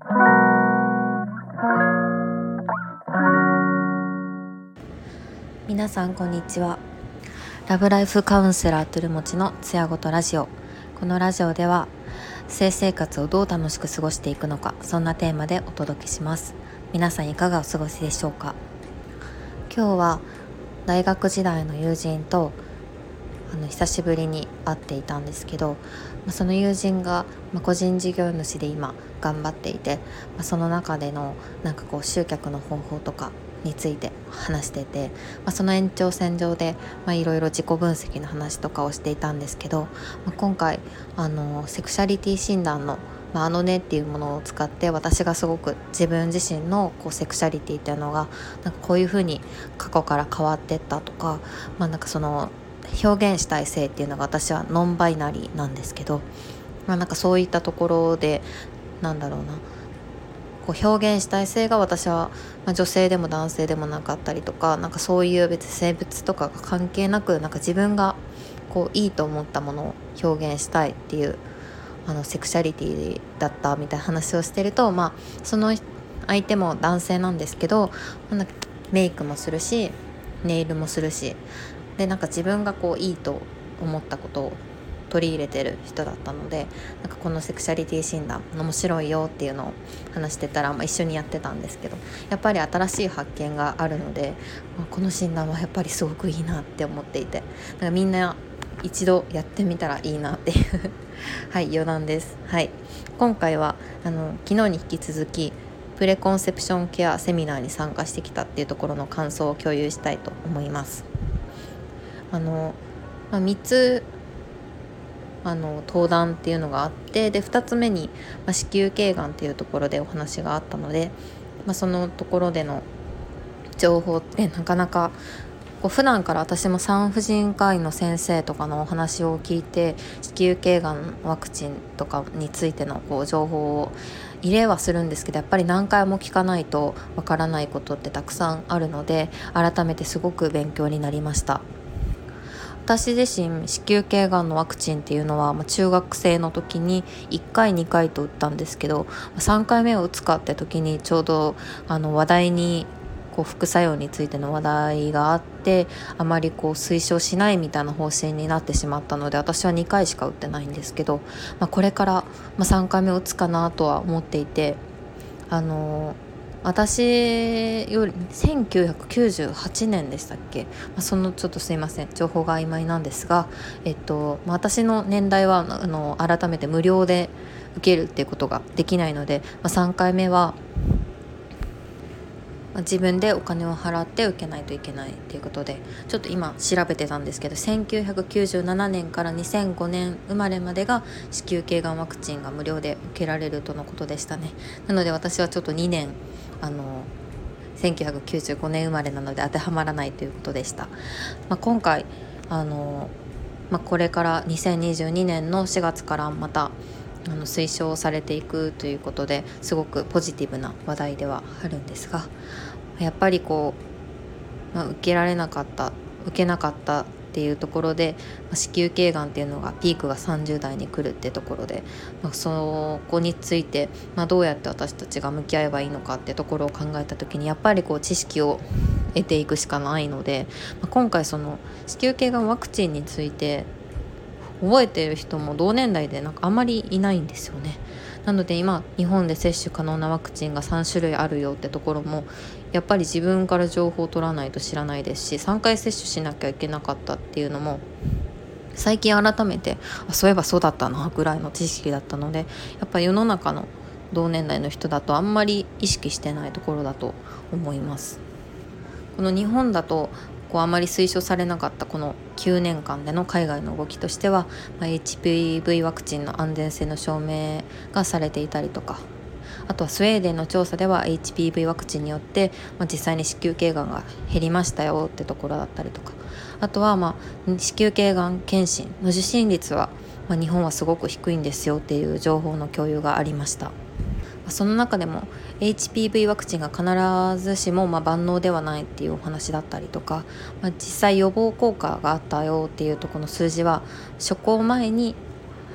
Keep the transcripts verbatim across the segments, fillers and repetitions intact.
皆さんこんにちは。ラブライフカウンセラートゥルモチのつやごとラジオ。このラジオでは性生活をどう楽しく過ごしていくのか、そんなテーマでお届けします。皆さんいかがお過ごしでしょうか。今日は大学時代の友人とあの久しぶりに会っていたんですけど、その友人が個人事業主で今頑張っていて、その中でのなんかこう集客の方法とかについて話してて、まあ、その延長線上でいろいろ自己分析の話とかをしていたんですけど、まあ、今回あのセクシャリティ診断の、まあ、あのねっていうものを使って私がすごく自分自身のこうセクシャリティっていうのがなんかこういうふうに過去から変わってったとか、まあ、なんかその表現したい性っていうのが私はノンバイナリーなんですけど、まあ、なんかそういったところでなんだろうなこう表現したい性が私は、まあ、女性でも男性でもなかったりとか、なんかそういう別に性別とかが関係なくなんか自分がこういいと思ったものを表現したいっていうあのセクシャリティだったみたいな話をしてると、まあ、その相手も男性なんですけど、なんかメイクもするしネイルもするしで、なんか自分がこういいと思ったことを取り入れてる人だったので、なんかこのセクシャリティ診断面白いよっていうのを話してたら、まあ、一緒にやってたんですけど、やっぱり新しい発見があるので、まあ、この診断はやっぱりすごくいいなって思っていて、なんかみんな一度やってみたらいいなっていうはい余談です。はい、今回はあの昨日に引き続きプレコンセプションケアセミナーに参加してきたっていうところの感想を共有したいと思います。あの、まあ、みっつあの登壇っていうのがあって、でふたつめに、まあ、子宮頸がんっていうところでお話があったので、まあ、そのところでの情報ってなかなかこう普段から私も産婦人科医の先生とかのお話を聞いて子宮頸がんワクチンとかについてのこう情報を入れはするんですけど、やっぱり何回も聞かないとわからないことってたくさんあるので、改めてすごく勉強になりました。私自身子宮頸がんのワクチンっていうのは、まあ、中学生の時にいっかいにかいと打ったんですけど、さんかいめを打つかって時にちょうどあの話題にこう副作用についての話題があって、あまりこう推奨しないみたいな方針になってしまったので、私はにかいしか打ってないんですけど、まあ、これから、まあ、さんかいめを打つかなとは思っていて、あのー私よりせんきゅうひゃくきゅうじゅうはちねんでしたっけ、まあ、そのちょっとすいません情報が曖昧なんですが、えっとまあ、私の年代はあの改めて無料で受けるっていうことができないので、まあ、さんかいめは自分でお金を払って受けないといけないっていうことで、ちょっと今調べてたんですけど、せんきゅうひゃくきゅうじゅうななねんからにせんごねん生まれまでが子宮頸がんワクチンが無料で受けられるとのことでしたね。なので私はちょっとにねんあのせんきゅうひゃくきゅうじゅうごねん生まれなので当てはまらないということでした。まあ、今回あの、まあ、これからにせんにじゅうにねんのしがつからまたあの推奨されていくということで、すごくポジティブな話題ではあるんですが、やっぱりこう、まあ、受けられなかった受けなかったっていうところで、まあ、子宮頸がんっていうのがピークがさんじゅう代に来るってところで、まあ、そこについて、まあ、どうやって私たちが向き合えばいいのかってところを考えた時に、やっぱりこう知識を得ていくしかないので、まあ、今回その子宮頸がんワクチンについて覚えている人も同年代でなんかあんまりいないんですよね。なので今日本で接種可能なワクチンがさんしゅるいあるよってところもやっぱり自分から情報を取らないと知らないですし、さんかい接種しなきゃいけなかったっていうのも最近改めてあそういえばそうだったなぐらいの知識だったので、やっぱり世の中の同年代の人だとあんまり意識してないところだと思います。この日本だとこうあまり推奨されなかったこのきゅうねんかんでの海外の動きとしては、まあ、エイチピーブイ ワクチンの安全性の証明がされていたりとか、あとはスウェーデンの調査では エイチピーブイ ワクチンによって、まあ、実際に子宮頸がんが減りましたよってところだったりとか、あとは、まあ、子宮頸がん検診の受診率は、まあ、日本はすごく低いんですよっていう情報の共有がありました。その中でも エイチピーブイ ワクチンが必ずしもまあ万能ではないっていうお話だったりとか、まあ、実際予防効果があったよっていうところの数字は、処方前に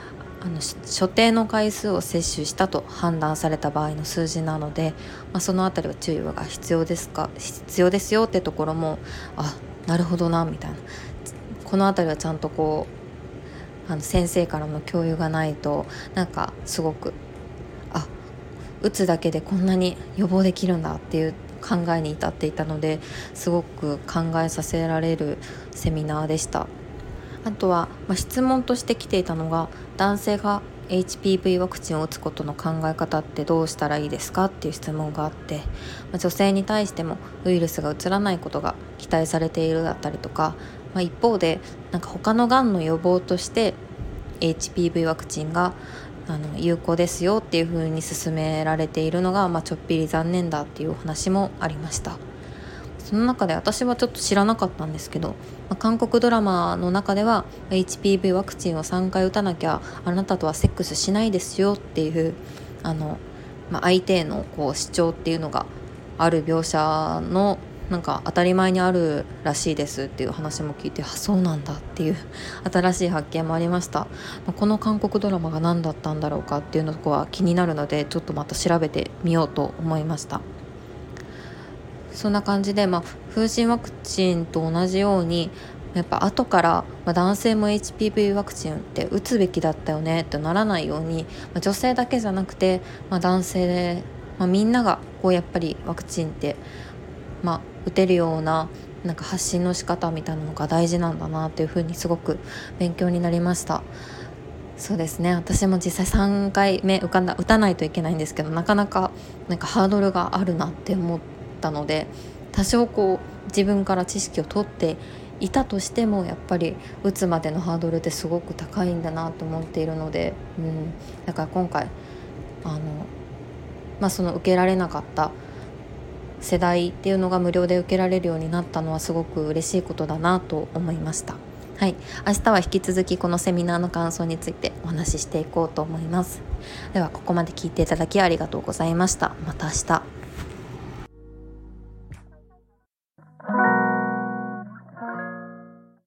あの所定の回数を接種したと判断された場合の数字なので、まあ、そのあたりは注意が必要ですか必要ですよってところも、あ、なるほどなみたいな、このあたりはちゃんとこうあの先生からの共有がないと、なんかすごくあ打つだけでこんなに予防できるんだっていう考えに至っていたので、すごく考えさせられるセミナーでした。あとは、まあ、質問として来ていたのが、男性が エイチピーブイ ワクチンを打つことの考え方ってどうしたらいいですかっていう質問があって、まあ、女性に対してもウイルスがうつらないことが期待されているだったりとか、まあ、一方でなんか他のがんの予防として エイチピーブイ ワクチンがあの有効ですよっていう風に勧められているのが、まあ、ちょっぴり残念だっていうお話もありました。その中で私はちょっと知らなかったんですけど、まあ、韓国ドラマの中では エイチピーブイ ワクチンをさんかい打たなきゃあなたとはセックスしないですよっていうあの、まあ、相手へのこう主張っていうのがある描写のなんか当たり前にあるらしいですっていう話も聞いて、あ、そうなんだっていう新しい発見もありました。まあ、この韓国ドラマが何だったんだろうかっていうのは気になるので、ちょっとまた調べてみようと思いました。そんな感じで、まあ、風疹ワクチンと同じようにやっぱ後から、まあ、男性も エイチピーブイ ワクチンって打つべきだったよねってならないように、まあ、女性だけじゃなくて、まあ、男性で、まあ、みんながこうやっぱりワクチンって、まあ、打てるようななんか発信の仕方みたいなのが大事なんだなっていうふうにすごく勉強になりました。そうですね、私も実際さんかいめ打かな打たないといけないんですけど、なかなかなんかハードルがあるなって思ったので、多少こう自分から知識を取っていたとしても、やっぱり打つまでのハードルってすごく高いんだなと思っているので、うん、だから今回あの、まあ、その受けられなかった世代っていうのが無料で受けられるようになったのはすごく嬉しいことだなと思いました。はい、明日は引き続きこのセミナーの感想についてお話ししていこうと思います。ではここまで聞いていただきありがとうございました。また明日。